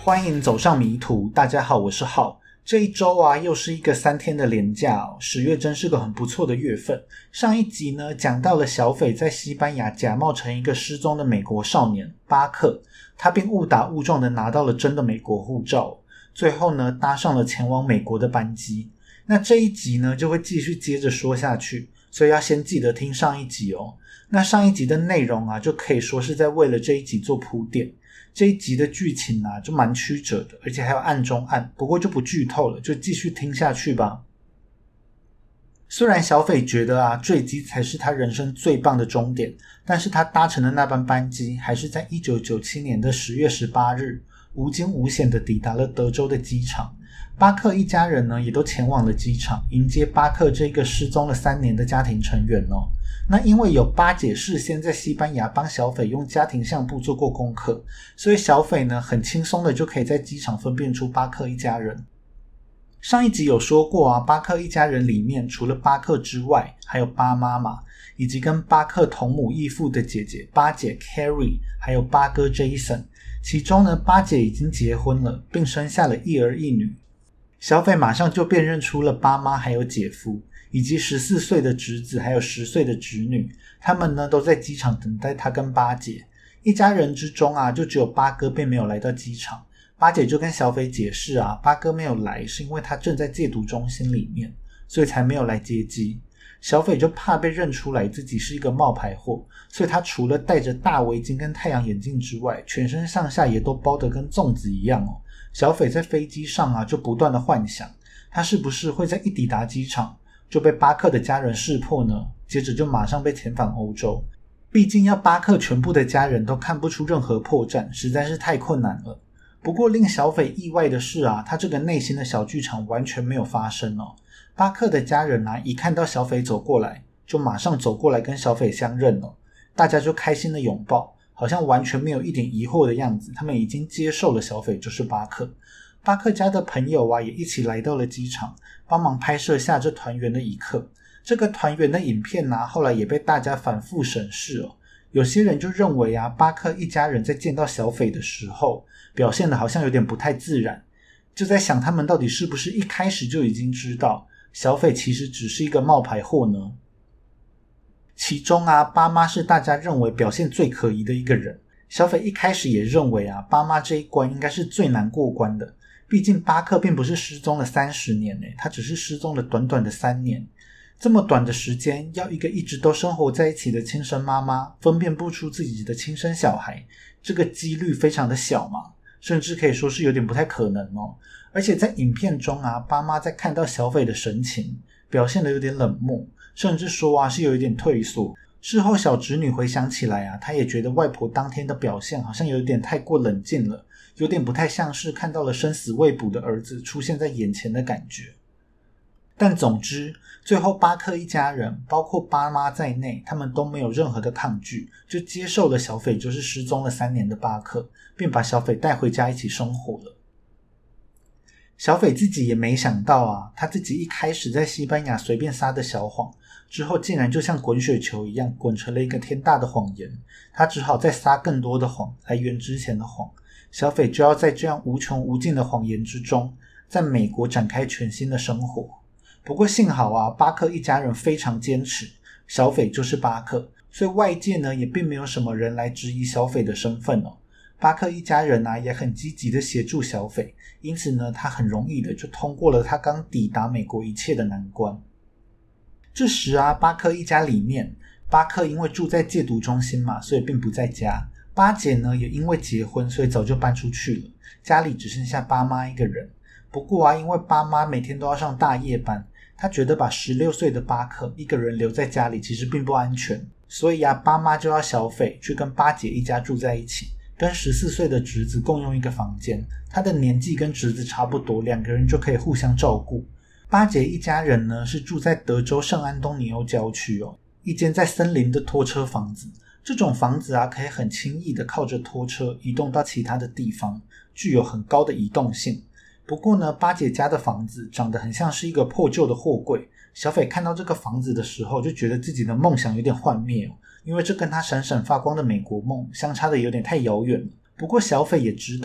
欢迎走上迷途，大家好，我是浩。这一周啊，又是一个3天的连假哦，10月真是个很不错的月份。上一集呢，讲到了小斐在西班牙假冒成一个失踪的美国少年巴克，他并误打误撞的拿到了真的美国护照，最后呢，搭上了前往美国的班机。那这一集呢，就会继续接着说下去，所以要先记得听上一集哦。那上一集的内容啊，就可以说是在为了这一集做铺垫。这一集的剧情啊，就蛮曲折的，而且还有暗中暗，不过就不剧透了，就继续听下去吧。虽然小斐觉得啊，坠机才是他人生最棒的终点，但是他搭乘的那班班机还是在1997年的10月18日无惊无险的抵达了德州的机场。巴克一家人呢，也都前往了机场迎接巴克这个失踪了3年的家庭成员哦。那因为有巴姐事先在西班牙帮小斐用家庭相簿做过功课，所以小斐呢很轻松的就可以在机场分辨出巴克一家人。上一集有说过啊，巴克一家人里面除了巴克之外，还有巴妈妈，以及跟巴克同母异父的姐姐巴姐 Carrie， 还有巴哥 Jason。其中呢，巴姐已经结婚了，并生下了一儿一女。小斐马上就辨认出了巴妈还有姐夫，以及14岁的侄子还有10岁的侄女，他们呢都在机场等待他跟巴姐。一家人之中啊，就只有巴哥并没有来到机场。巴姐就跟小斐解释啊，巴哥没有来是因为他正在戒毒中心里面，所以才没有来接机。小斐就怕被认出来自己是一个冒牌货，所以他除了戴着大围巾跟太阳眼镜之外，全身上下也都包得跟粽子一样哦。小斐在飞机上啊，就不断的幻想，他是不是会在一抵达机场就被巴克的家人识破呢？接着就马上被遣返欧洲。毕竟要巴克全部的家人都看不出任何破绽，实在是太困难了。不过令小斐意外的是啊，他这个内心的小剧场完全没有发生哦。巴克的家人啊，一看到小斐走过来，就马上走过来跟小斐相认了。大家就开心的拥抱，好像完全没有一点疑惑的样子，他们已经接受了小斐就是巴克。巴克家的朋友啊，也一起来到了机场，帮忙拍摄下这团圆的一刻。这个团圆的影片啊，后来也被大家反复审视哦。有些人就认为啊，巴克一家人在见到小斐的时候，表现得好像有点不太自然，就在想他们到底是不是一开始就已经知道小斐其实只是一个冒牌货呢？其中啊，巴妈是大家认为表现最可疑的一个人。小斐一开始也认为啊，巴妈这一关应该是最难过关的。毕竟巴克并不是失踪了30年，他只是失踪了短短的3年。这么短的时间，要一个一直都生活在一起的亲生妈妈分辨不出自己的亲生小孩，这个几率非常的小嘛，甚至可以说是有点不太可能哦。而且在影片中啊，巴妈在看到小斐的神情表现得有点冷漠，甚至说啊是有一点退缩。事后小侄女回想起来啊，她也觉得外婆当天的表现好像有点太过冷静了，有点不太像是看到了生死未卜的儿子出现在眼前的感觉。但总之，最后巴克一家人包括巴妈在内，他们都没有任何的抗拒，就接受了小斐就是失踪了3年的巴克，并把小斐带回家一起生活了。小斐自己也没想到啊，他自己一开始在西班牙随便撒的小谎，之后竟然就像滚雪球一样滚成了一个天大的谎言。他只好再撒更多的谎来圆之前的谎。小斐就要在这样无穷无尽的谎言之中，在美国展开全新的生活。不过幸好啊，巴克一家人非常坚持，小斐就是巴克，所以外界呢也并没有什么人来质疑小斐的身份哦。巴克一家人啊也很积极的协助小斐，因此呢他很容易的就通过了他刚抵达美国一切的难关。这时啊，巴克一家里面，巴克因为住在戒毒中心嘛，所以并不在家。巴姐呢也因为结婚，所以早就搬出去了，家里只剩下巴妈一个人。不过啊，因为巴妈每天都要上大夜班，她觉得把16岁的巴克一个人留在家里其实并不安全，所以啊，巴妈就要小斐去跟巴姐一家住在一起，跟14岁的侄子共用一个房间。他的年纪跟侄子差不多，2个人就可以互相照顾。巴姐一家人呢是住在德州圣安东尼奥郊区哦，一间在森林的拖车房子。这种房子啊，可以很轻易的靠着拖车移动到其他的地方，具有很高的移动性。不过呢，巴姐家的房子长得很像是一个破旧的货柜。小斐看到这个房子的时候，就觉得自己的梦想有点幻灭哦，因为这跟他闪闪发光的美国梦相差的有点太遥远了。不过小斐也知道，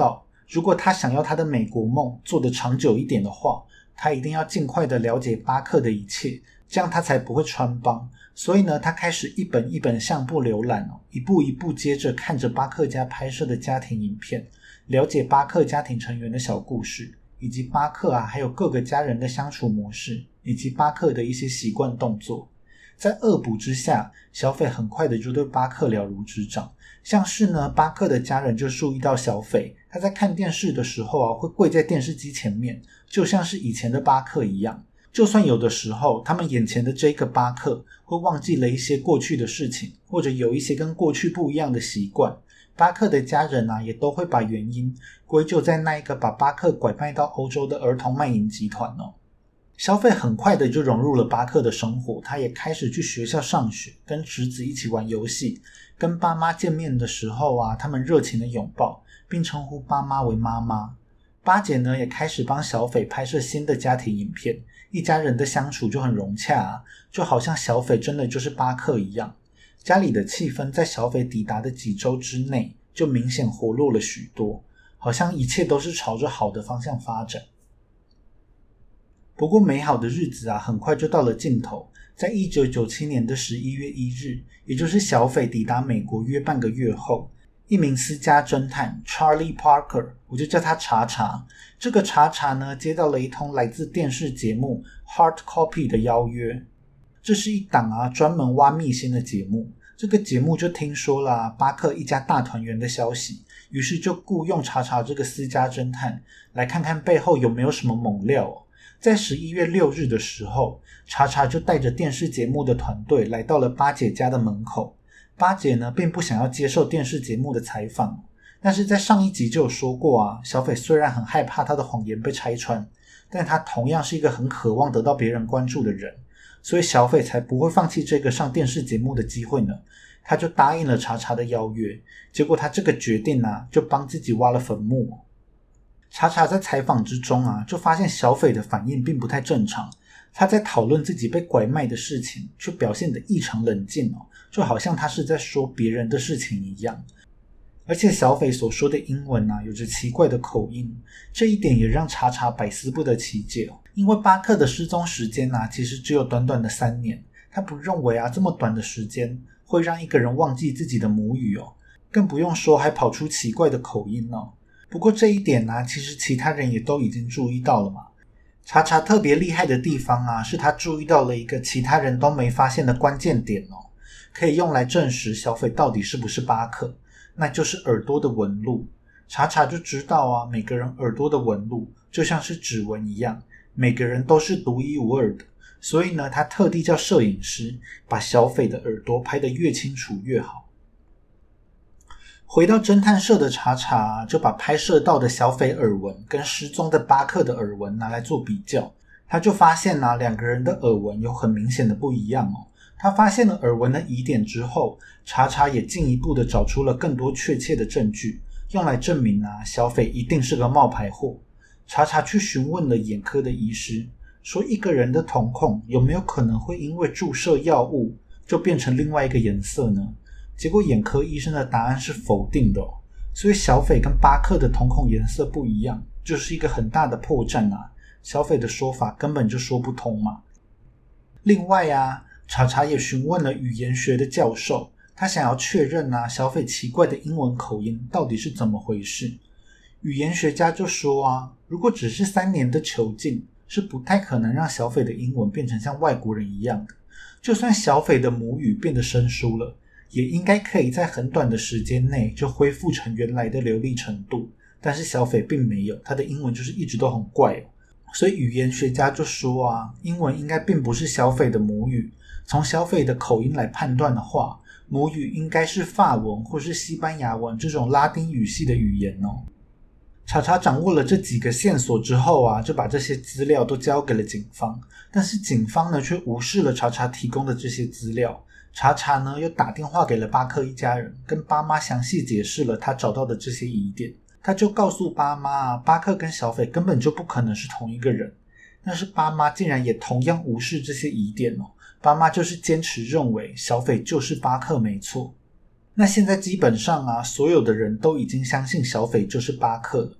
如果他想要他的美国梦做得长久一点的话，他一定要尽快的了解巴克的一切，这样他才不会穿帮。所以呢，他开始一本一本相簿浏览，一步一步接着看着巴克家拍摄的家庭影片，了解巴克家庭成员的小故事，以及巴克还有各个家人的相处模式，以及巴克的一些习惯动作。在恶补之下，小斐很快的就对巴克了如指掌。像是呢，巴克的家人就注意到小斐他在看电视的时候会跪在电视机前面，就像是以前的巴克一样。就算有的时候他们眼前的这个巴克会忘记了一些过去的事情，或者有一些跟过去不一样的习惯，巴克的家人也都会把原因归咎在那一个把巴克拐卖到欧洲的儿童卖淫集团。小斐很快的就融入了巴克的生活，他也开始去学校上学，跟侄子一起玩游戏，跟爸妈见面的时候他们热情的拥抱，并称呼爸妈为妈妈。巴姐呢也开始帮小斐拍摄新的家庭影片，一家人的相处就很融洽就好像小斐真的就是巴克一样。家里的气氛在小斐抵达的几周之内就明显活络了许多，好像一切都是朝着好的方向发展。不过美好的日子很快就到了尽头。在1997年的11月1日，也就是小斐抵达美国约半个月后，一名私家侦探 Charlie Parker， 我就叫他查查。这个查查呢，接到了一通来自电视节目 Hard Copy 的邀约。这是一档专门挖秘辛的节目。这个节目就听说了巴克一家大团圆的消息，于是就雇用查查这个私家侦探来看看背后有没有什么猛料。在11月6日的时候，查查就带着电视节目的团队来到了巴姐家的门口。巴姐呢并不想要接受电视节目的采访，但是在上一集就有说过小斐虽然很害怕他的谎言被拆穿，但他同样是一个很渴望得到别人关注的人，所以小斐才不会放弃这个上电视节目的机会呢。他就答应了查查的邀约，结果他这个决定就帮自己挖了坟墓。查查在采访之中就发现小斐的反应并不太正常，他在讨论自己被拐卖的事情却表现得异常冷静就好像他是在说别人的事情一样。而且小斐所说的英文有着奇怪的口音，这一点也让查查百思不得其解因为巴克的失踪时间其实只有短短的3年，他不认为这么短的时间会让一个人忘记自己的母语更不用说还跑出奇怪的口音不过这一点其实其他人也都已经注意到了嘛。查查特别厉害的地方是他注意到了一个其他人都没发现的关键点可以用来证实小斐到底是不是巴克，那就是耳朵的纹路。查查就知道每个人耳朵的纹路就像是指纹一样，每个人都是独一无二的，所以呢他特地叫摄影师把小斐的耳朵拍得越清楚越好。回到侦探社的查查就把拍摄到的小斐耳纹跟失踪的巴克的耳纹拿来做比较，他就发现两个人的耳纹有很明显的不一样他发现了耳纹的疑点之后，查查也进一步的找出了更多确切的证据，用来证明小斐一定是个冒牌货。查查去询问了眼科的医师，说一个人的瞳孔有没有可能会因为注射药物就变成另外一个颜色呢？结果眼科医生的答案是否定的所以小斐跟巴克的瞳孔颜色不一样，就是一个很大的破绽小斐的说法根本就说不通嘛。另外查查也询问了语言学的教授，他想要确认小斐奇怪的英文口音到底是怎么回事。语言学家就说如果只是3年的囚禁，是不太可能让小斐的英文变成像外国人一样的。就算小斐的母语变得生疏了，也应该可以在很短的时间内就恢复成原来的流利程度，但是小斐并没有，他的英文就是一直都很怪所以语言学家就说英文应该并不是小斐的母语，从小斐的口音来判断的话，母语应该是法文或是西班牙文这种拉丁语系的语言查查掌握了这几个线索之后就把这些资料都交给了警方，但是警方呢却无视了查查提供的这些资料。查查呢又打电话给了巴克一家人，跟爸妈详细解释了他找到的这些疑点。他就告诉爸妈巴克跟小斐根本就不可能是同一个人，但是爸妈竟然也同样无视这些疑点爸妈就是坚持认为小斐就是巴克没错。那现在基本上所有的人都已经相信小斐就是巴克了。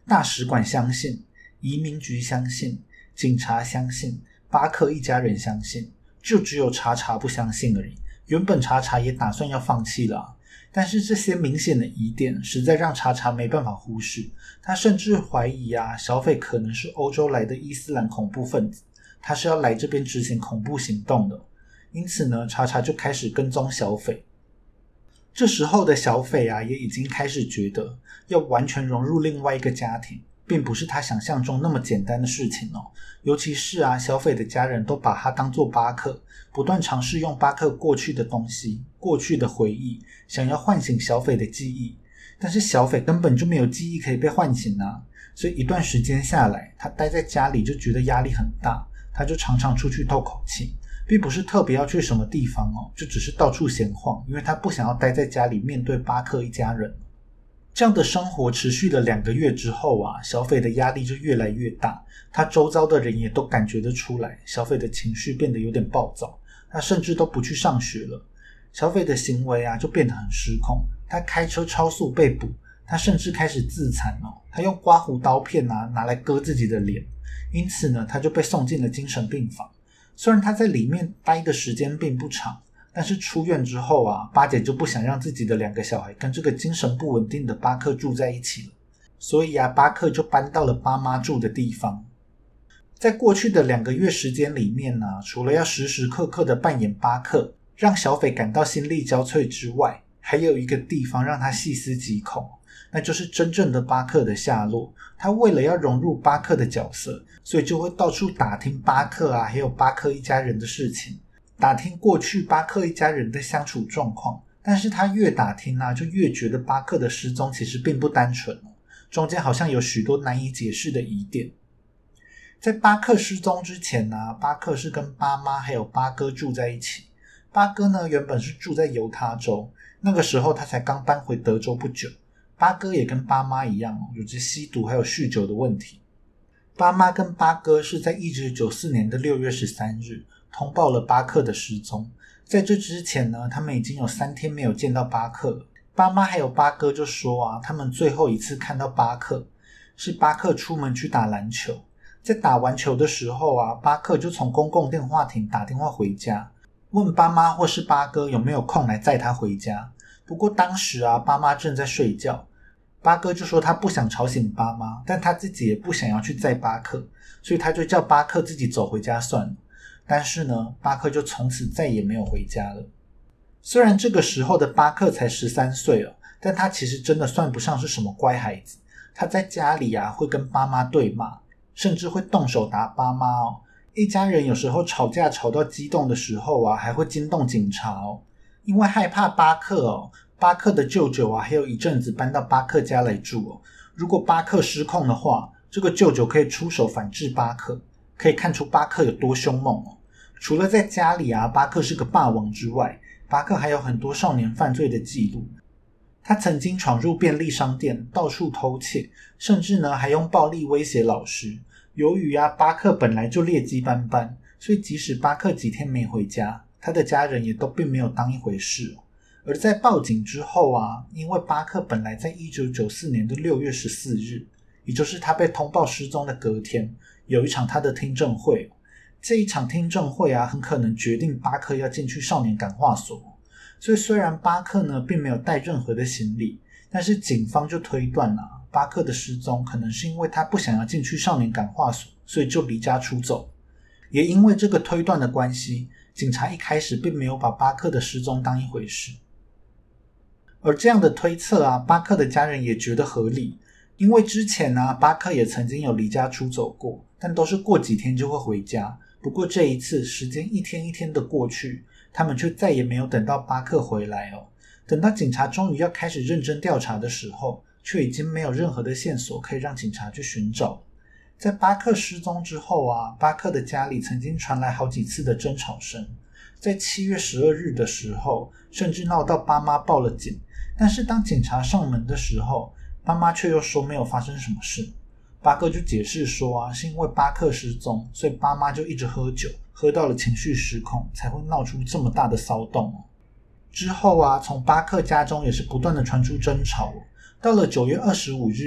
大使馆相信，移民局相信，警察相信，巴克一家人相信，就只有查查不相信而已。原本查查也打算要放弃了但是这些明显的疑点实在让查查没办法忽视。他甚至怀疑小匪可能是欧洲来的伊斯兰恐怖分子，他是要来这边执行恐怖行动的。因此呢，查查就开始跟踪小匪。这时候的小匪也已经开始觉得要完全融入另外一个家庭并不是他想象中那么简单的事情尤其是小匪的家人都把他当作巴克，不断尝试用巴克过去的东西、过去的回忆，想要唤醒小匪的记忆。但是小匪根本就没有记忆可以被唤醒所以一段时间下来，他待在家里就觉得压力很大，他就常常出去透口气，并不是特别要去什么地方就只是到处闲晃，因为他不想要待在家里面对巴克一家人。这样的生活持续了2个月之后小匪的压力就越来越大，他周遭的人也都感觉得出来，小匪的情绪变得有点暴躁，他甚至都不去上学了。小匪的行为就变得很失控，他开车超速被捕，他甚至开始自残他用刮胡刀片拿来割自己的脸，因此呢，他就被送进了精神病房。虽然他在里面待的时间并不长，但是出院之后巴姐就不想让自己的2个小孩跟这个精神不稳定的巴克住在一起了，所以巴克就搬到了爸妈住的地方。在过去的2个月时间里面除了要时时刻刻的扮演巴克，让小匪感到心力交瘁之外，还有一个地方让他细思极恐，那就是真正的巴克的下落。他为了要融入巴克的角色，所以就会到处打听巴克还有巴克一家人的事情，打听过去巴克一家人的相处状况。但是他越打听就越觉得巴克的失踪其实并不单纯中间好像有许多难以解释的疑点。在巴克失踪之前巴克是跟爸妈还有巴哥住在一起。巴哥呢原本是住在犹他州，那个时候他才刚搬回德州不久。巴哥也跟爸妈一样有着吸毒还有酗酒的问题。爸妈跟巴哥是在1994年的6月13日通报了巴克的失踪。在这之前呢，他们已经有3天没有见到巴克了。爸妈还有巴哥就说他们最后一次看到巴克是巴克出门去打篮球，在打完球的时候巴克就从公共电话亭打电话回家，问爸妈或是巴哥有没有空来载他回家。不过当时爸妈正在睡觉，巴哥就说他不想吵醒爸妈，但他自己也不想要去载巴克，所以他就叫巴克自己走回家算了。但是呢，巴克就从此再也没有回家了。虽然这个时候的巴克才13岁了，但他其实真的算不上是什么乖孩子。他在家里会跟爸妈对骂，甚至会动手打爸妈一家人有时候吵架吵到激动的时候还会惊动警察因为害怕巴克巴克的舅舅还有一阵子搬到巴克家来住如果巴克失控的话，这个舅舅可以出手反制巴克，可以看出巴克有多凶猛除了在家里巴克是个霸王之外，巴克还有很多少年犯罪的记录。他曾经闯入便利商店到处偷窃，甚至呢还用暴力威胁老师。由于巴克本来就劣迹斑斑，所以即使巴克几天没回家，他的家人也都并没有当一回事而在报警之后因为巴克本来在1994年的6月14日，也就是他被通报失踪的隔天，有一场他的听证会这一场听证会很可能决定巴克要进去少年感化所。所以虽然巴克呢并没有带任何的行李，但是警方就推断巴克的失踪可能是因为他不想要进去少年感化所，所以就离家出走。也因为这个推断的关系，警察一开始并没有把巴克的失踪当一回事。而这样的推测巴克的家人也觉得合理，因为之前巴克也曾经有离家出走过，但都是过几天就会回家。不过这一次时间一天一天的过去，他们却再也没有等到巴克回来等到警察终于要开始认真调查的时候，却已经没有任何的线索可以让警察去寻找。在巴克失踪之后巴克的家里曾经传来好几次的争吵声。在7月12日的时候，甚至闹到爸妈报了警，但是当警察上门的时候，爸妈却又说没有发生什么事。巴克就解释说是因为巴克失踪，所以爸妈就一直喝酒，喝到了情绪失控，才会闹出这么大的骚动之后从巴克家中也是不断的传出争吵到了9月25日，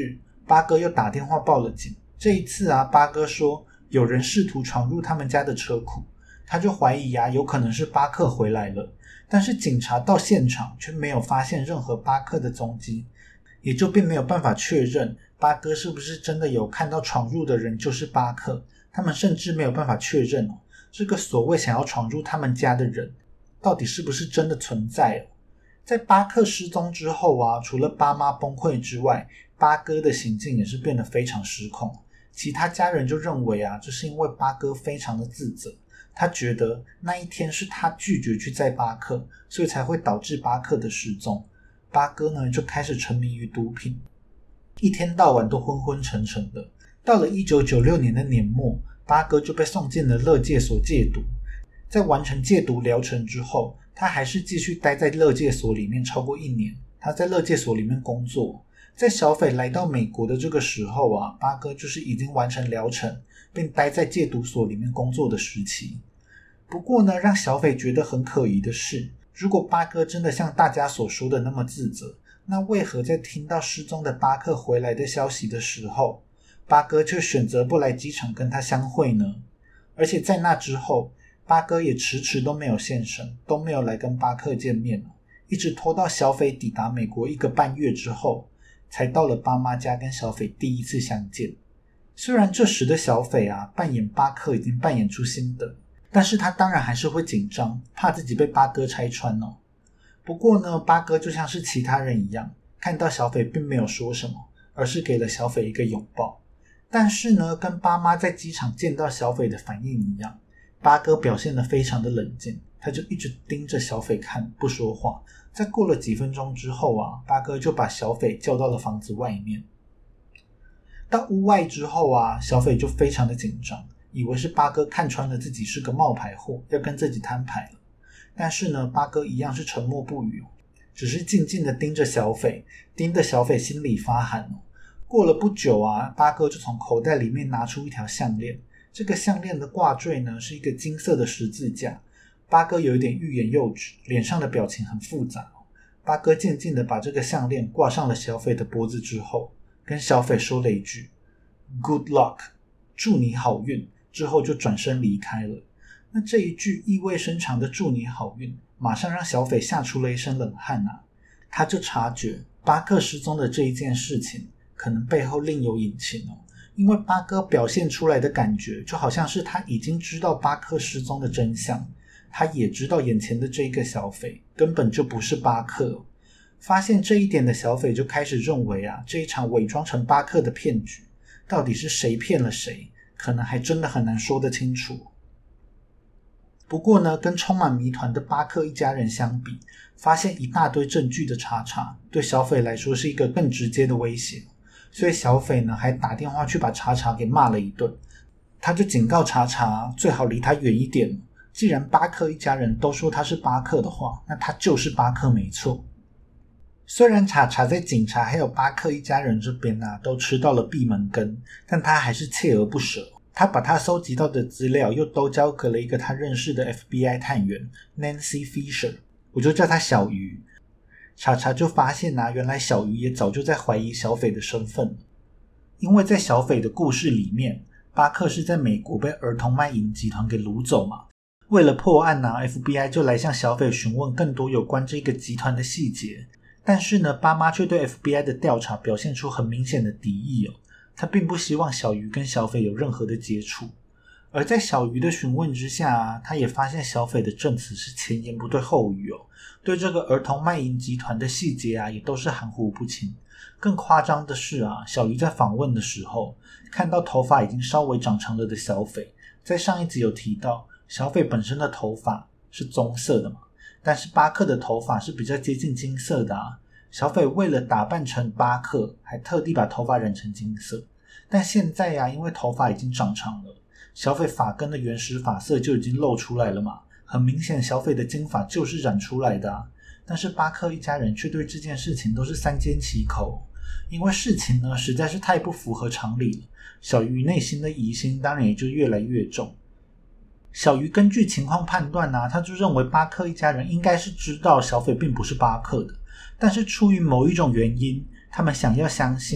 巴哥又打电话报了警。这一次啊，巴哥说有人试图闯入他们家的车库，他就怀疑啊，有可能是巴克回来了。但是警察到现场却没有发现任何巴克的踪迹，也就并没有办法确认巴哥是不是真的有看到闯入的人就是巴克。他们甚至没有办法确认这个所谓想要闯入他们家的人到底是不是真的存在。在巴克失踪之后啊，除了爸妈崩溃之外，巴哥的行径也是变得非常失控。其他家人就认为啊，这是因为巴哥非常的自责，他觉得那一天是他拒绝去载巴克，所以才会导致巴克的失踪。巴哥呢就开始沉迷于毒品，一天到晚都昏昏沉沉的。到了1996年的年末，巴哥就被送进了勒戒所戒毒。在完成戒毒疗程之后，他还是继续待在勒戒所里面超过1年。他在勒戒所里面工作。在小斐来到美国的这个时候啊，巴哥就是已经完成疗程并待在戒毒所里面工作的时期。不过呢，让小斐觉得很可疑的是，如果巴哥真的像大家所说的那么自责，那为何在听到失踪的巴克回来的消息的时候，巴哥却选择不来机场跟他相会呢？而且在那之后，巴哥也迟迟都没有现身，都没有来跟巴克见面，一直拖到小斐抵达美国1个半月之后，才到了爸妈家跟小斐第一次相见。虽然这时的小斐啊扮演巴克已经扮演出心得，但是他当然还是会紧张，怕自己被巴哥拆穿。不过呢，巴哥就像是其他人一样，看到小斐并没有说什么，而是给了小斐一个拥抱。但是呢，跟爸妈在机场见到小斐的反应一样，巴哥表现得非常的冷静，他就一直盯着小斐看，不说话。在过了几分钟之后啊，巴哥就把小斐叫到了房子外面。到屋外之后啊，小斐就非常的紧张，以为是巴哥看穿了自己是个冒牌货，要跟自己摊牌了。但是呢，巴哥一样是沉默不语，只是静静的盯着小斐，盯得小斐心里发寒。过了不久啊，巴哥就从口袋里面拿出一条项链，这个项链的挂坠呢是一个金色的十字架。巴哥有一点欲言又止，脸上的表情很复杂。巴哥静静的把这个项链挂上了小斐的脖子之后，跟小斐说了一句 Good luck， 祝你好运，之后就转身离开了。那这一句意味深长的祝你好运，马上让小斐吓出了一身冷汗啊。他就察觉巴克失踪的这一件事情可能背后另有隐情因为巴哥表现出来的感觉就好像是他已经知道巴克失踪的真相，他也知道眼前的这个小斐根本就不是巴克。发现这一点的小斐就开始认为啊，这一场伪装成巴克的骗局到底是谁骗了谁，可能还真的很难说得清楚。不过呢，跟充满谜团的巴克一家人相比，发现一大堆证据的查查对小斐来说是一个更直接的威胁，所以小斐呢还打电话去把查查给骂了一顿。他就警告查查最好离他远一点，既然巴克一家人都说他是巴克的话，那他就是巴克没错。虽然查查在警察还有巴克一家人这边都吃到了闭门羹，但他还是锲而不舍。他把他收集到的资料又都交给了一个他认识的 FBI 探员 Nancy Fisher， 我就叫他小鱼。查查就发现原来小鱼也早就在怀疑小斐的身份了。因为在小斐的故事里面，巴克是在美国被儿童卖淫集团给掳走嘛。为了破案FBI 就来向小斐询问更多有关这个集团的细节。但是呢，爸妈却对 FBI 的调查表现出很明显的敌意他并不希望小鱼跟小斐有任何的接触。而在小鱼的询问之下他也发现小斐的证词是前言不对后语对这个儿童卖淫集团的细节也都是含糊不清。更夸张的是小鱼在访问的时候看到头发已经稍微长长了的小斐，在上一集有提到小斐本身的头发是棕色的嘛，但是巴克的头发是比较接近金色的小斐为了打扮成巴克还特地把头发染成金色。但现在因为头发已经长长了，小斐发根的原始发色就已经露出来了嘛，很明显小斐的金发就是染出来的但是巴克一家人却对这件事情都是三缄其口，因为事情呢实在是太不符合常理了。小鱼内心的疑心当然也就越来越重。小鱼根据情况判断他就认为巴克一家人应该是知道小斐并不是巴克的，但是出于某一种原因，他们想要相信，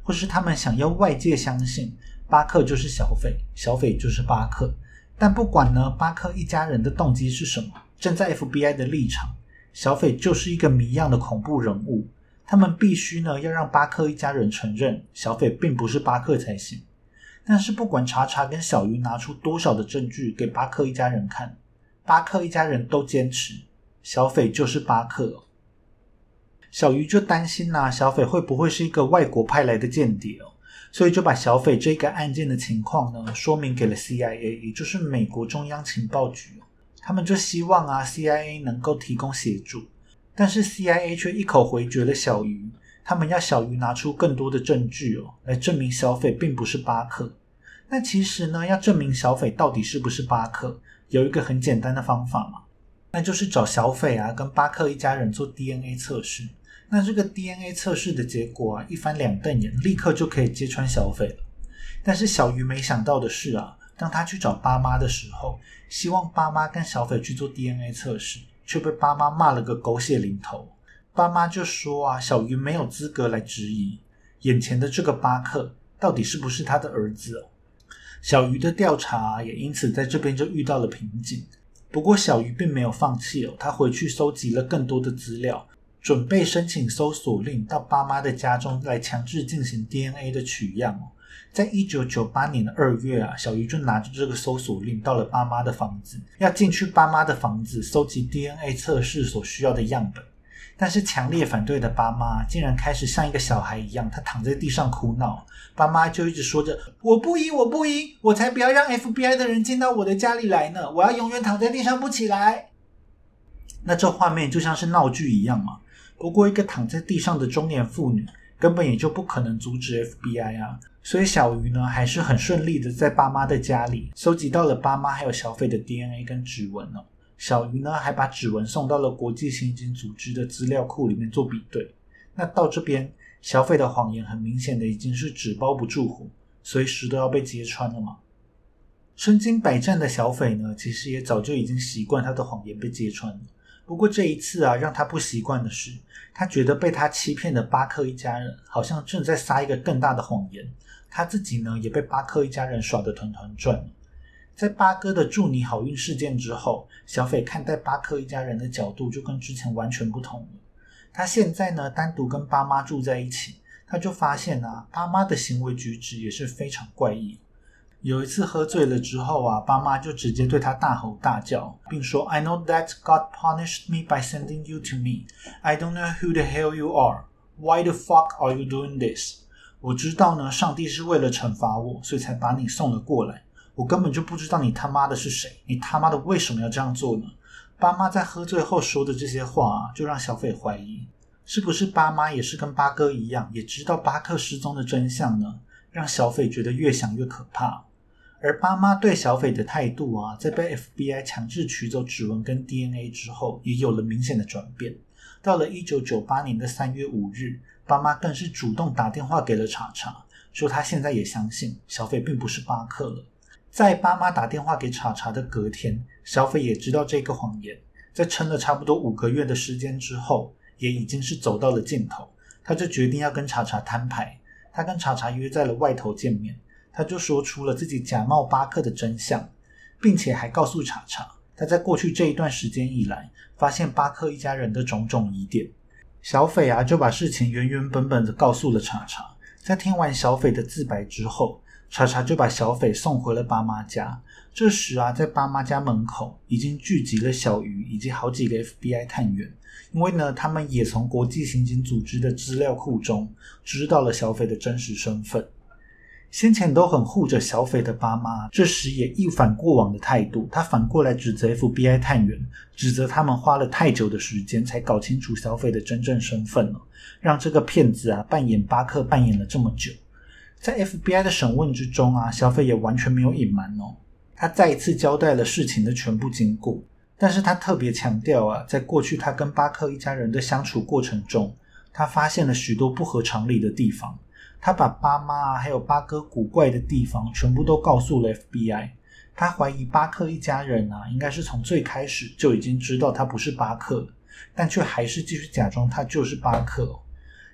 或是他们想要外界相信巴克就是小斐，小斐就是巴克。但不管呢巴克一家人的动机是什么，站在 FBI 的立场，小斐就是一个谜样的恐怖人物，他们必须呢要让巴克一家人承认小斐并不是巴克才行。但是不管查查跟小鱼拿出多少的证据给巴克一家人看，巴克一家人都坚持小斐就是巴克。小鱼就担心小斐会不会是一个外国派来的间谍所以就把小斐这个案件的情况呢说明给了 CIA， 也就是美国中央情报局。他们就希望CIA 能够提供协助，但是 CIA 却一口回绝了小鱼，他们要小鱼拿出更多的证据来证明小斐并不是巴克。那其实呢，要证明小斐到底是不是巴克，有一个很简单的方法嘛，那就是找小斐跟巴克一家人做 DNA 测试。那这个 DNA 测试的结果一翻两瞪眼，立刻就可以揭穿小斐了。但是小鱼没想到的是当他去找爸妈的时候，希望爸妈跟小斐去做 DNA 测试，却被爸妈骂了个狗血淋头。爸妈就说小鱼没有资格来质疑眼前的这个巴克到底是不是他的儿子小鱼的调查也因此在这边就遇到了瓶颈。不过小鱼并没有放弃他回去搜集了更多的资料，准备申请搜索令到爸妈的家中来强制进行 DNA 的取样在1998年的2月小鱼就拿着这个搜索令到了爸妈的房子，要进去爸妈的房子搜集 DNA 测试所需要的样本。但是强烈反对的爸妈竟然开始像一个小孩一样，他躺在地上哭闹。爸妈就一直说着我不依，我不依，我才不要让 FBI 的人进到我的家里来呢，我要永远躺在地上不起来。那这画面就像是闹剧一样嘛。不过一个躺在地上的中年妇女根本也就不可能阻止 FBI 所以小鱼呢还是很顺利的在爸妈的家里收集到了爸妈还有小斐的 DNA 跟指纹小鱼呢还把指纹送到了国际刑警组织的资料库里面做比对。那到这边小斐的谎言很明显的已经是纸包不住火，随时都要被揭穿了嘛。身经百战的小斐呢其实也早就已经习惯他的谎言被揭穿了。不过这一次让他不习惯的是，他觉得被他欺骗的巴克一家人好像正在撒一个更大的谎言，他自己呢也被巴克一家人耍得团团转了。在巴哥的祝你好运事件之后，小斐看待巴克一家人的角度就跟之前完全不同了。他现在呢单独跟爸妈住在一起，他就发现爸妈的行为举止也是非常怪异。有一次喝醉了之后爸妈就直接对他大吼大叫，并说 I know that God punished me by sending you to me. I don't know who the hell you are. Why the fuck are you doing this? 我知道呢上帝是为了惩罚我，所以才把你送了过来。我根本就不知道你他妈的是谁，你他妈的为什么要这样做呢？爸妈在喝醉后说的这些话就让小斐怀疑，是不是爸妈也是跟巴哥一样，也知道巴克失踪的真相呢？让小斐觉得越想越可怕。而爸妈对小斐的态度在被 FBI 强制取走指纹跟 DNA 之后也有了明显的转变。到了1998年的3月5日，爸妈更是主动打电话给了查查，说他现在也相信小斐并不是巴克了。在爸妈打电话给查查的隔天，小斐也知道这个谎言，在撑了差不多5个月的时间之后，也已经是走到了尽头。他就决定要跟查查摊牌，他跟查查约在了外头见面。他就说出了自己假冒巴克的真相，并且还告诉查查他在过去这一段时间以来发现巴克一家人的种种疑点。小斐就把事情原原本本的告诉了查查。在听完小斐的自白之后，查查就把小斐送回了爸妈家。这时在爸妈家门口已经聚集了小鱼以及好几个 FBI 探员，因为呢他们也从国际刑警组织的资料库中知道了小斐的真实身份。先前都很护着小斐的爸妈，这时也一反过往的态度，他反过来指责 FBI 探员，指责他们花了太久的时间才搞清楚小斐的真正身份了，让这个骗子扮演巴克扮演了这么久。在 FBI 的审问之中小斐也完全没有隐瞒他再一次交代了事情的全部经过。但是他特别强调在过去他跟巴克一家人的相处过程中，他发现了许多不合常理的地方。他把爸妈还有巴哥古怪的地方全部都告诉了 FBI。 他怀疑巴克一家人应该是从最开始就已经知道他不是巴克了，但却还是继续假装他就是巴克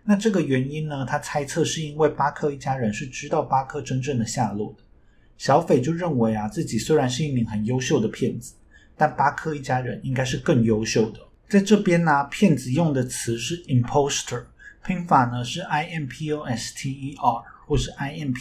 那这个原因呢，他猜测是因为巴克一家人是知道巴克真正的下落的。小斐就认为啊，自己虽然是一名很优秀的骗子，但巴克一家人应该是更优秀的。在这边呢，骗子用的词是 imposter， 拼法呢是 imposter 或是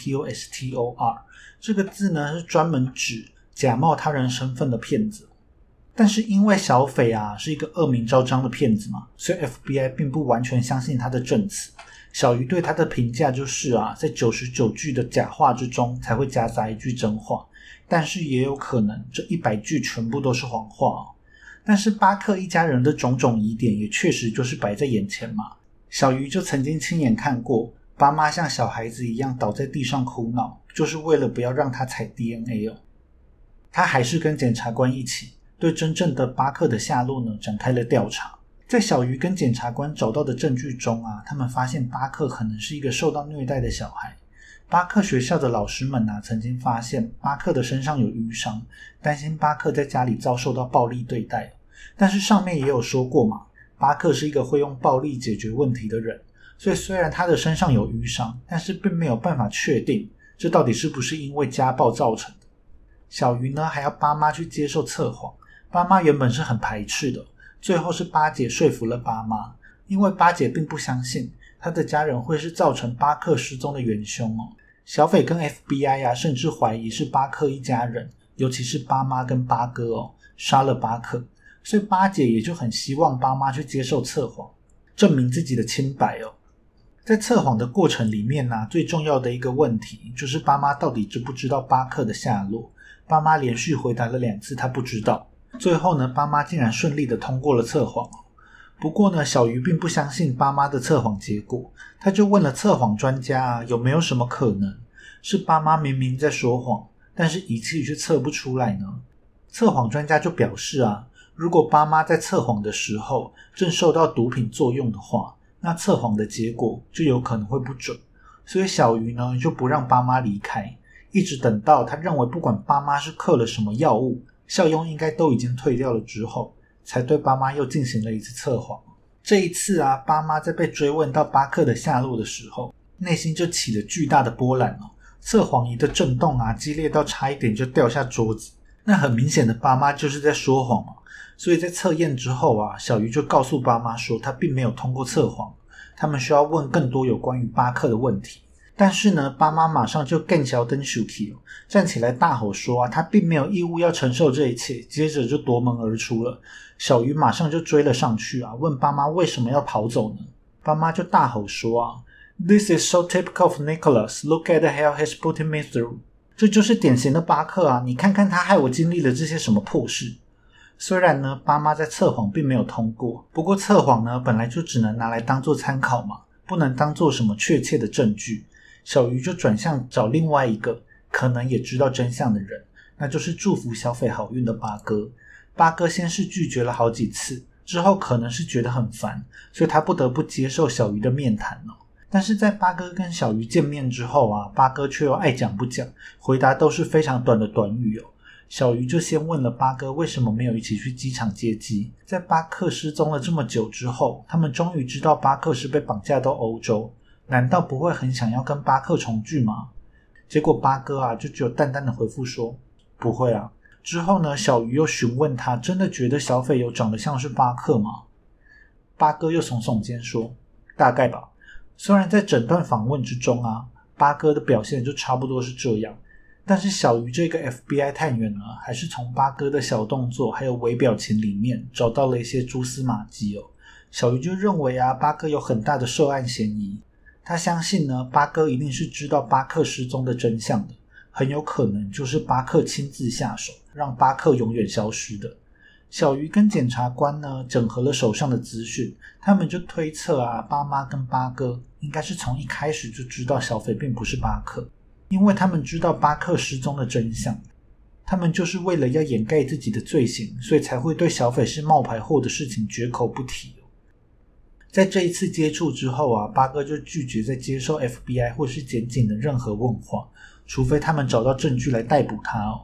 impostor， 这个字呢是专门指假冒他人身份的骗子。但是因为小斐啊是一个恶名昭彰的骗子嘛，所以 FBI 并不完全相信他的证词。小鱼对他的评价就是啊，在99句的假话之中才会夹杂一句真话，但是也有可能这100句全部都是谎话哦。但是巴克一家人的种种疑点也确实就是摆在眼前嘛。小鱼就曾经亲眼看过爸妈像小孩子一样倒在地上哭闹，就是为了不要让他采 DNA 哦。他还是跟检察官一起对真正的巴克的下落呢展开了调查。在小鱼跟检察官找到的证据中啊，他们发现巴克可能是一个受到虐待的小孩。巴克学校的老师们啊，曾经发现巴克的身上有瘀伤，担心巴克在家里遭受到暴力对待。但是上面也有说过嘛，巴克是一个会用暴力解决问题的人，所以虽然他的身上有瘀伤，但是并没有办法确定这到底是不是因为家暴造成的。小鱼呢还要爸妈去接受测谎，爸妈原本是很排斥的，最后是八姐说服了爸妈，因为八姐并不相信他的家人会是造成巴克失踪的元凶哦。小斐跟 FBI 啊，甚至怀疑是巴克一家人，尤其是爸妈跟八哥哦，杀了巴克，所以八姐也就很希望爸妈去接受测谎，证明自己的清白哦。在测谎的过程里面啊，最重要的一个问题就是爸妈到底知不知道巴克的下落。爸妈连续回答了2次他不知道，最后呢，爸妈竟然顺利的通过了测谎。不过呢，小鱼并不相信爸妈的测谎结果，他就问了测谎专家啊，有没有什么可能是爸妈明明在说谎，但是仪器却测不出来呢？测谎专家就表示啊，如果爸妈在测谎的时候正受到毒品作用的话，那测谎的结果就有可能会不准。所以小鱼呢就不让爸妈离开，一直等到他认为不管爸妈是嗑了什么药物，效用应该都已经退掉了之后，才对爸妈又进行了一次测谎。这一次啊，爸妈在被追问到巴克的下落的时候，内心就起了巨大的波澜哦。测谎仪的震动啊，激烈到差一点就掉下桌子。那很明显的爸妈就是在说谎嘛，所以在测验之后啊，小鱼就告诉爸妈说他并没有通过测谎，他们需要问更多有关于巴克的问题。但是呢，爸妈马上就更小灯手气哦，站起来大吼说啊，他并没有义务要承受这一切，接着就夺门而出了。小鱼马上就追了上去啊，问爸妈为什么要跑走呢？爸妈就大吼说啊 ，This is so typical of Nicholas. Look at the hell he's putting me through. 这就是典型的巴克啊，你看看他害我经历了这些什么破事。虽然呢，爸妈在测谎并没有通过，不过测谎呢本来就只能拿来当做参考嘛，不能当做什么确切的证据。小鱼就转向找另外一个可能也知道真相的人，那就是祝福小斐好运的八哥。八哥先是拒绝了好几次，之后可能是觉得很烦，所以他不得不接受小鱼的面谈哦。但是在八哥跟小鱼见面之后啊，八哥却又爱讲不讲，回答都是非常短的短语哦。小鱼就先问了八哥为什么没有一起去机场接机。在巴克失踪了这么久之后，他们终于知道巴克是被绑架到欧洲，难道不会很想要跟巴克重聚吗？结果八哥啊就只有淡淡的回复说不会啊。之后呢，小鱼又询问他真的觉得小斐有长得像是巴克吗？八哥又耸耸肩说大概吧。虽然在整段访问之中啊，八哥的表现就差不多是这样，但是小鱼这个 FBI 探员呢，还是从八哥的小动作还有微表情里面找到了一些蛛丝马迹哦。小鱼就认为啊，八哥有很大的涉案嫌疑，他相信呢，八哥一定是知道巴克失踪的真相的，很有可能就是巴克亲自下手，让巴克永远消失的。小鱼跟检察官呢，整合了手上的资讯，他们就推测啊，爸妈跟八哥应该是从一开始就知道小斐并不是巴克，因为他们知道巴克失踪的真相，他们就是为了要掩盖自己的罪行，所以才会对小斐是冒牌货的事情绝口不提。在这一次接触之后啊，八哥就拒绝再接受 FBI 或是检警的任何问话，除非他们找到证据来逮捕他哦。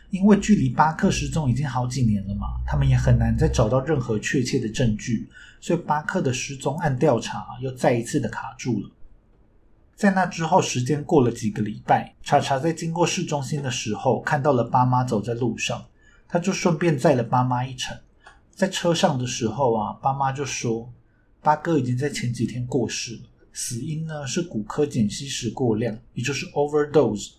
因为距离巴克失踪已经好几年了嘛，他们也很难再找到任何确切的证据，所以巴克的失踪案调查又再一次的卡住了。在那之后，时间过了几个礼拜，查查在经过市中心的时候看到了爸妈走在路上，他就顺便载了爸妈一程。在车上的时候爸妈就说巴哥已经在前几天过世了，死因呢是古柯碱吸食过量，也就是 overdose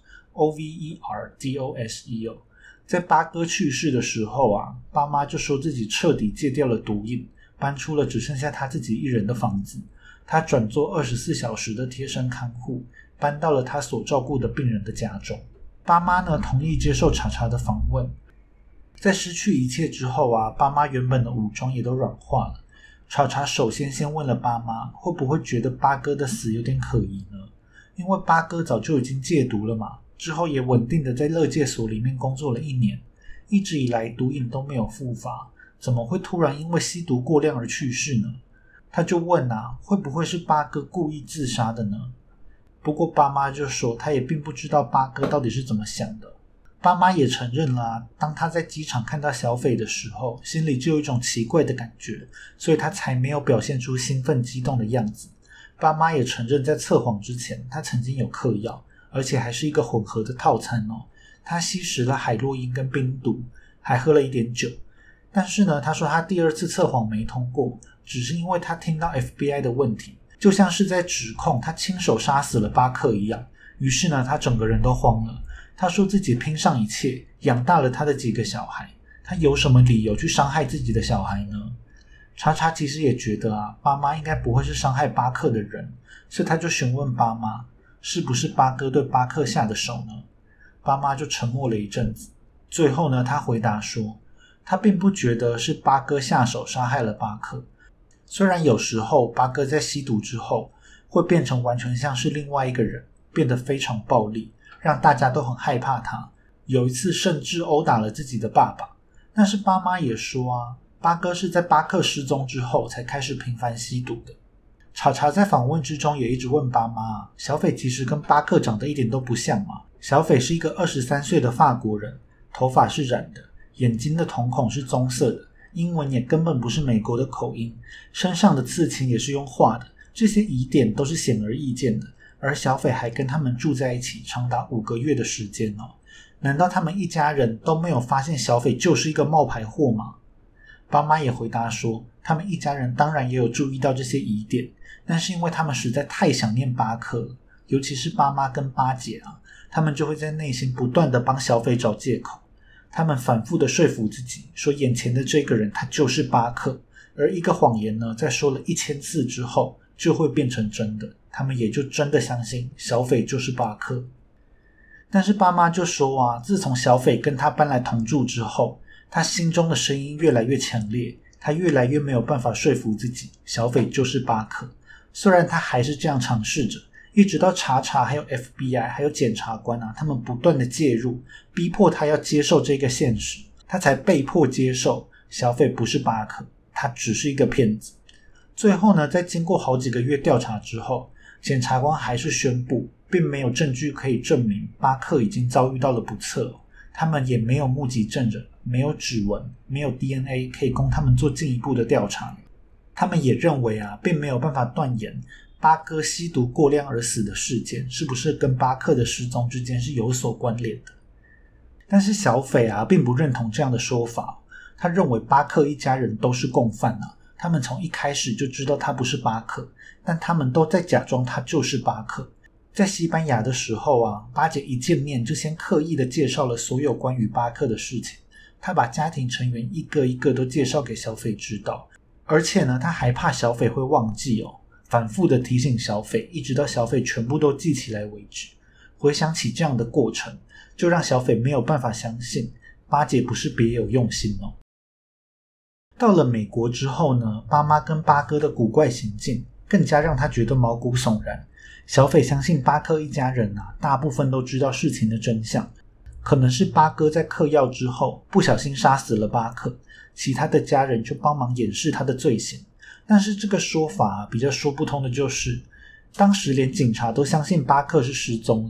overdose。 在巴哥去世的时候爸妈就说自己彻底戒掉了毒瘾，搬出了只剩下他自己一人的房子，他转做24小时的贴身看护，搬到了他所照顾的病人的家中。爸妈呢同意接受查查的访问。在失去一切之后爸妈原本的武装也都软化了。查查首先问了爸妈会不会觉得巴哥的死有点可疑呢？因为巴哥早就已经戒毒了嘛，之后也稳定的在勒戒所里面工作了1年，一直以来毒瘾都没有复发，怎么会突然因为吸毒过量而去世呢？他就问会不会是巴哥故意自杀的呢？不过爸妈就说他也并不知道巴哥到底是怎么想的。爸妈也承认了当他在机场看到小斐的时候，心里就有一种奇怪的感觉，所以他才没有表现出兴奋激动的样子。爸妈也承认在测谎之前他曾经有嗑药，而且还是一个混合的套餐他吸食了海洛因跟冰毒，还喝了一点酒。但是呢，他说他第2次测谎没通过，只是因为他听到 FBI 的问题，就像是在指控他亲手杀死了巴克一样。于是呢，他整个人都慌了。他说自己拼上一切，养大了他的几个小孩，他有什么理由去伤害自己的小孩呢？查查其实也觉得爸妈应该不会是伤害巴克的人，所以他就询问爸妈，是不是巴哥对巴克下的手呢？爸妈就沉默了一阵子，最后呢，他回答说，他并不觉得是巴哥下手杀害了巴克。虽然有时候巴哥在吸毒之后会变成完全像是另外一个人，变得非常暴力，让大家都很害怕他，有一次甚至殴打了自己的爸爸。但是爸妈也说巴哥是在巴克失踪之后才开始频繁吸毒的。查查在访问之中也一直问爸妈，小斐其实跟巴克长得一点都不像嘛？小斐是一个23岁的法国人，头发是染的，眼睛的瞳孔是棕色的，英文也根本不是美国的口音，身上的刺青也是用画的，这些疑点都是显而易见的。而小斐还跟他们住在一起长达5个月的时间难道他们一家人都没有发现小斐就是一个冒牌货吗？爸妈也回答说，他们一家人当然也有注意到这些疑点，但是因为他们实在太想念巴克了，尤其是爸妈跟巴姐他们就会在内心不断的帮小斐找借口。他们反复的说服自己说眼前的这个人他就是巴克，而一个谎言呢，在说了1000次之后就会变成真的，他们也就真的相信小斐就是巴克。但是爸妈就说自从小斐跟他搬来同住之后，他心中的声音越来越强烈，他越来越没有办法说服自己小斐就是巴克。虽然他还是这样尝试着，一直到查查还有 FBI 还有检察官他们不断的介入，逼迫他要接受这个现实，他才被迫接受小斐不是巴克，他只是一个骗子。最后呢，在经过好几个月调查之后，检察官还是宣布并没有证据可以证明巴克已经遭遇到了不测，他们也没有目击证人，没有指纹，没有 DNA 可以供他们做进一步的调查。他们也认为并没有办法断言巴哥吸毒过量而死的事件是不是跟巴克的失踪之间是有所关联的。但是小斐并不认同这样的说法，他认为巴克一家人都是共犯他们从一开始就知道他不是巴克，但他们都在假装他就是巴克。在西班牙的时候巴姐一见面就先刻意的介绍了所有关于巴克的事情，她把家庭成员一个一个都介绍给小斐知道，而且呢，她还怕小斐会忘记反复的提醒小斐，一直到小斐全部都记起来为止。回想起这样的过程，就让小斐没有办法相信巴姐不是别有用心到了美国之后呢，爸妈跟巴哥的古怪行径更加让他觉得毛骨悚然。小斐相信巴克一家人大部分都知道事情的真相，可能是巴哥在嗑药之后不小心杀死了巴克，其他的家人就帮忙掩饰他的罪行。但是这个说法比较说不通的就是，当时连警察都相信巴克是失踪了，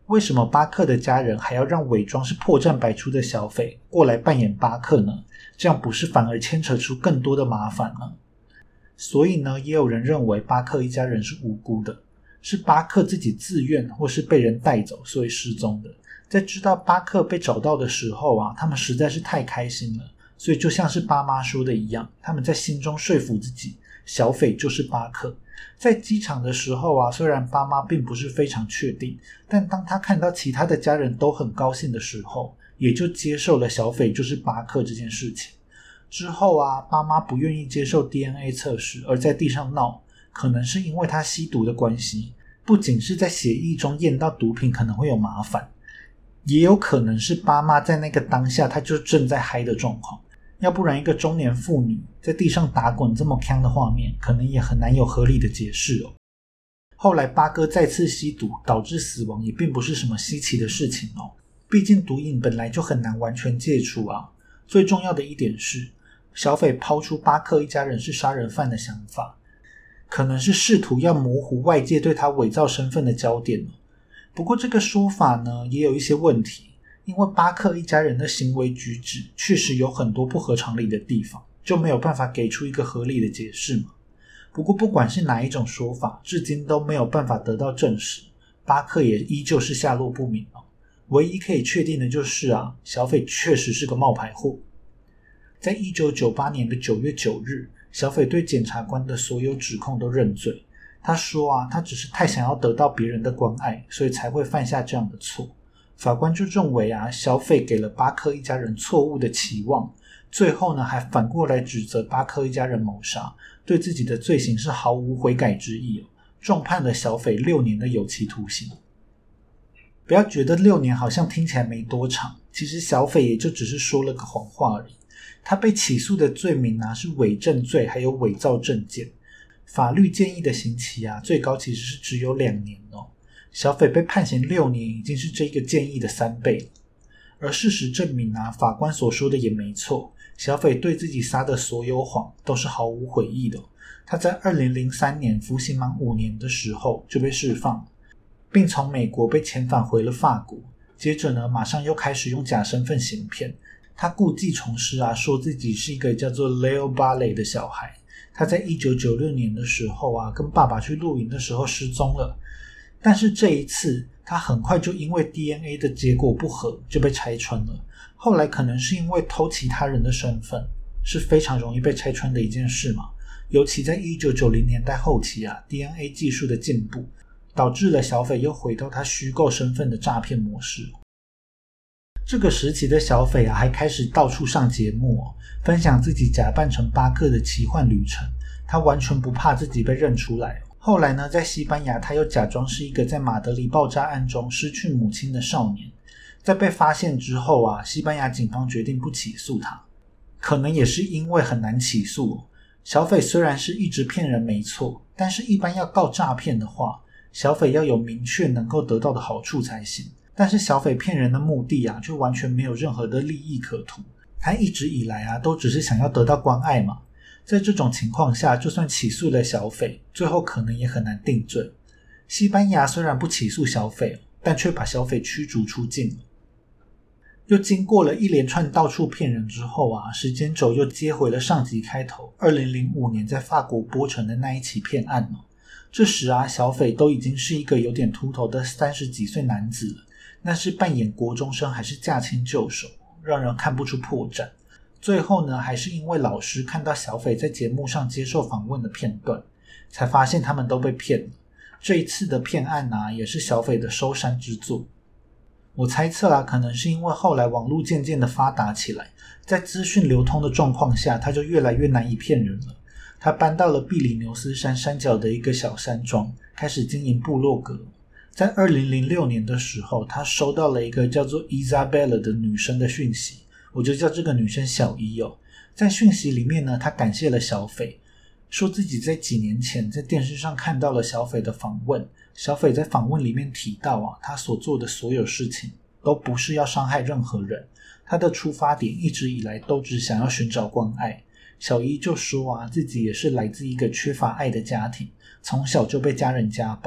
为什么巴克的家人还要让伪装是破绽百出的小斐过来扮演巴克呢？这样不是反而牵扯出更多的麻烦吗？所以呢，也有人认为巴克一家人是无辜的，是巴克自己自愿或是被人带走所以失踪的。在知道巴克被找到的时候啊，他们实在是太开心了，所以就像是爸妈说的一样，他们在心中说服自己小斐就是巴克。在机场的时候啊，虽然爸妈并不是非常确定，但当他看到其他的家人都很高兴的时候，也就接受了小斐就是巴克这件事情。之后啊，爸妈不愿意接受 DNA 测试，而在地上闹，可能是因为他吸毒的关系，不仅是在血液中验到毒品可能会有麻烦，也有可能是爸妈在那个当下他就正在嗨的状况，要不然一个中年妇女在地上打滚这么鏘的画面，可能也很难有合理的解释哦。后来巴哥再次吸毒导致死亡也并不是什么稀奇的事情哦，毕竟毒瘾本来就很难完全戒除啊。最重要的一点是，小斐抛出巴克一家人是杀人犯的想法，可能是试图要模糊外界对他伪造身份的焦点哦。不过这个说法呢，也有一些问题，因为巴克一家人的行为举止确实有很多不合常理的地方，就没有办法给出一个合理的解释嘛。不过不管是哪一种说法，至今都没有办法得到证实，巴克也依旧是下落不明哦。唯一可以确定的就是啊，小斐确实是个冒牌货。在1998年的9月9日，小斐对检察官的所有指控都认罪。他说啊，他只是太想要得到别人的关爱，所以才会犯下这样的错。法官就认为啊，小斐给了巴克一家人错误的期望，最后呢还反过来指责巴克一家人谋杀，对自己的罪行是毫无悔改之意哦，重判了小斐6年的有期徒刑。不要觉得6年好像听起来没多长，其实小斐也就只是说了个谎话而已。他被起诉的罪名啊是伪证罪还有伪造证件，法律建议的刑期啊最高其实是只有2年哦。小斐被判刑6年已经是这个建议的3倍了。而事实证明啊，法官所说的也没错，小斐对自己撒的所有谎都是毫无悔意的哦。他在2003年服刑满5年的时候就被释放，并从美国被遣返回了法国，接着呢马上又开始用假身份行骗。他故技重施啊，说自己是一个叫做 Leo Barley 的小孩。他在1996年的时候啊，跟爸爸去露营的时候失踪了。但是这一次，他很快就因为 DNA 的结果不合就被拆穿了。后来可能是因为偷其他人的身份，是非常容易被拆穿的一件事嘛。尤其在1990年代后期啊 ，DNA 技术的进步，导致了小斐又回到他虚构身份的诈骗模式。这个时期的小斐啊，还开始到处上节目哦，分享自己假扮成巴克的奇幻旅程。他完全不怕自己被认出来。后来呢，在西班牙他又假装是一个在马德里爆炸案中失去母亲的少年。在被发现之后啊，西班牙警方决定不起诉他，可能也是因为很难起诉哦。小斐虽然是一直骗人没错，但是一般要告诈骗的话，小斐要有明确能够得到的好处才行。但是小斐骗人的目的啊，就完全没有任何的利益可图。他一直以来啊，都只是想要得到关爱嘛。在这种情况下，就算起诉了小斐，最后可能也很难定罪。西班牙虽然不起诉小斐，但却把小斐驱逐出境了。又经过了一连串到处骗人之后啊，时间轴又接回了上集开头2005年在法国波城的那一起骗案了。这时啊，小斐都已经是一个有点秃头的30几岁男子了。那是扮演国中生还是驾轻就熟，让人看不出破绽。最后呢，还是因为老师看到小斐在节目上接受访问的片段，才发现他们都被骗了。这一次的骗案啊，也是小斐的收山之作。我猜测啊，可能是因为后来网络渐渐的发达起来，在资讯流通的状况下，他就越来越难以骗人了。他搬到了比利牛斯山山脚的一个小山庄，开始经营部落格。在2006年的时候，他收到了一个叫做 Isabella 的女生的讯息，我就叫这个女生小伊哦。在讯息里面呢，他感谢了小斐，说自己在几年前在电视上看到了小斐的访问。小斐在访问里面提到啊，他所做的所有事情都不是要伤害任何人，他的出发点一直以来都只想要寻找关爱。小伊就说啊，自己也是来自一个缺乏爱的家庭，从小就被家人家暴。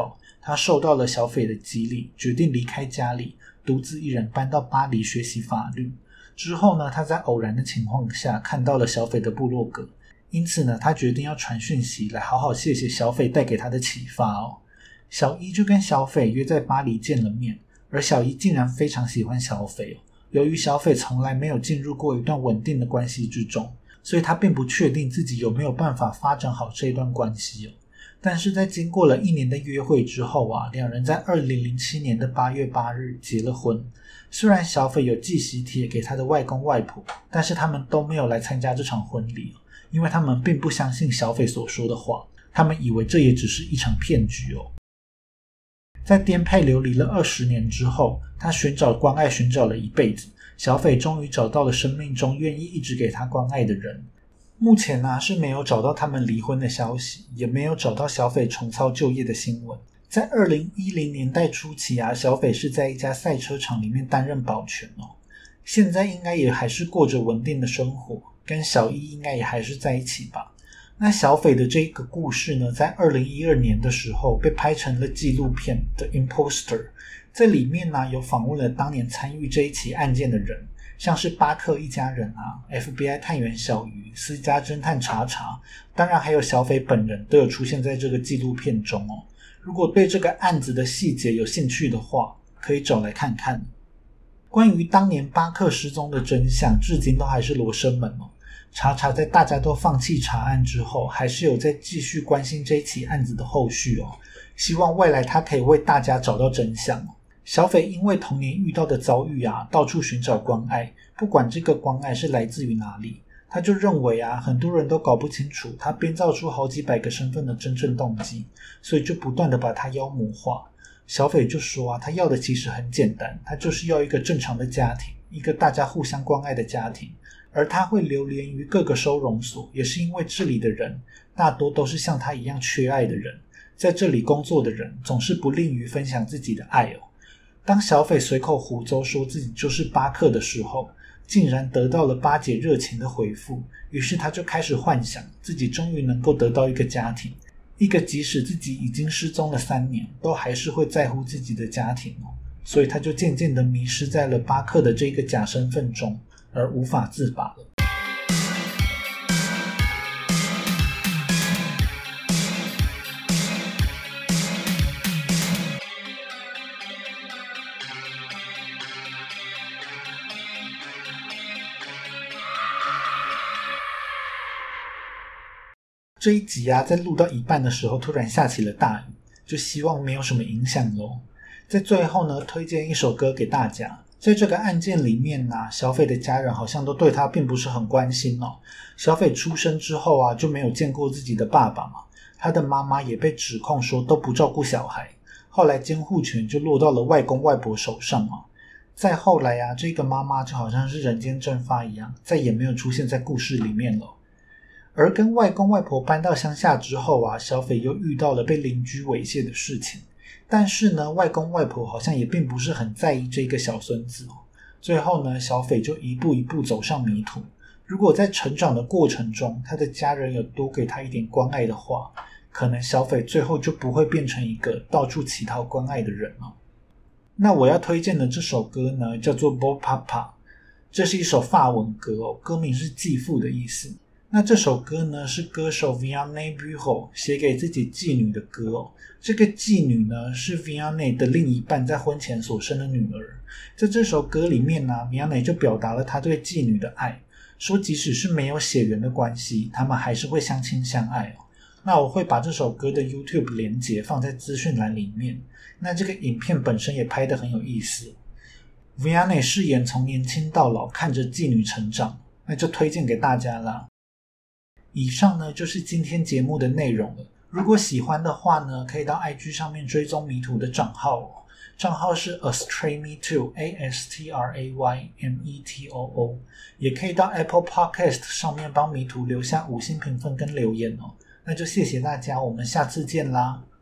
他受到了小斐的激励，决定离开家里，独自一人搬到巴黎学习法律。之后呢，他在偶然的情况下看到了小斐的部落格，因此呢，他决定要传讯息来好好谢谢小斐带给他的启发哦。小一就跟小斐约在巴黎见了面，而小一竟然非常喜欢小斐哦。由于小斐从来没有进入过一段稳定的关系之中，所以他并不确定自己有没有办法发展好这一段关系哦。但是在经过了1年的约会之后啊，两人在2007年的8月8日结了婚。虽然小斐有寄喜帖给他的外公外婆，但是他们都没有来参加这场婚礼，因为他们并不相信小斐所说的话，他们以为这也只是一场骗局哦。在颠沛流离了20年之后，他寻找关爱寻找了一辈子，小斐终于找到了生命中愿意一直给他关爱的人。目前呢，是没有找到他们离婚的消息，也没有找到小斐重操旧业的新闻。在2010年代初期啊，小斐是在一家赛车场里面担任保全哦。现在应该也还是过着稳定的生活，跟小一应该也还是在一起吧。那小斐的这个故事呢，在2012年的时候被拍成了纪录片《The Imposter》，在里面呢有访问了当年参与这一起案件的人，像是巴克一家人啊、FBI 探员小鱼、私家侦探查查，当然还有小斐本人都有出现在这个纪录片中哦。如果对这个案子的细节有兴趣的话，可以找来看看。关于当年巴克失踪的真相，至今都还是罗生门哦。查查在大家都放弃查案之后，还是有在继续关心这一起案子的后续哦。希望未来他可以为大家找到真相哦。小斐因为童年遇到的遭遇啊，到处寻找关爱，不管这个关爱是来自于哪里，他就认为啊，很多人都搞不清楚他编造出好几百个身份的真正动机，所以就不断的把他妖魔化。小斐就说啊，他要的其实很简单，他就是要一个正常的家庭，一个大家互相关爱的家庭。而他会流连于各个收容所，也是因为这里的人大多都是像他一样缺爱的人，在这里工作的人总是不吝于分享自己的爱哦。当小斐随口胡诌说自己就是巴克的时候，竟然得到了巴姐热情的回复，于是他就开始幻想自己终于能够得到一个家庭，一个即使自己已经失踪了3年都还是会在乎自己的家庭哦。所以他就渐渐地迷失在了巴克的这个假身份中，而无法自拔了。这一集啊，在录到一半的时候突然下起了大雨，就希望没有什么影响咯。在最后呢，推荐一首歌给大家。在这个案件里面啊，小斐的家人好像都对他并不是很关心哦。小斐出生之后啊，就没有见过自己的爸爸嘛，他的妈妈也被指控说都不照顾小孩，后来监护权就落到了外公外婆手上嘛。再后来啊，这个妈妈就好像是人间蒸发一样，再也没有出现在故事里面了。而跟外公外婆搬到乡下之后啊，小斐又遇到了被邻居猥亵的事情。但是呢，外公外婆好像也并不是很在意这个小孙子哦。最后呢，小斐就一步一步走上迷途。如果在成长的过程中，他的家人有多给他一点关爱的话，可能小斐最后就不会变成一个到处乞讨关爱的人了。那我要推荐的这首歌呢，叫做 Beau Papa， 这是一首法文歌哦，歌名是继父的意思。那这首歌呢，是歌手 Vianney Bureau 写给自己妓女的歌哦。这个妓女呢，是 Vianney 的另一半在婚前所生的女儿。在这首歌里面呢，Vianney 就表达了他对妓女的爱，说即使是没有血缘的关系，他们还是会相亲相爱哦。那我会把这首歌的 YouTube 连结放在资讯栏里面。那这个影片本身也拍得很有意思。Vianney 饰演从年轻到老，看着妓女成长，那就推荐给大家啦。以上呢就是今天节目的内容了。如果喜欢的话呢，可以到 IG 上面追踪迷途的账号哦，账号是 AstrayMeToo ASTRAYMETOO， 也可以到 Apple Podcast 上面帮迷途留下5星评分跟留言哦。那就谢谢大家，我们下次见啦。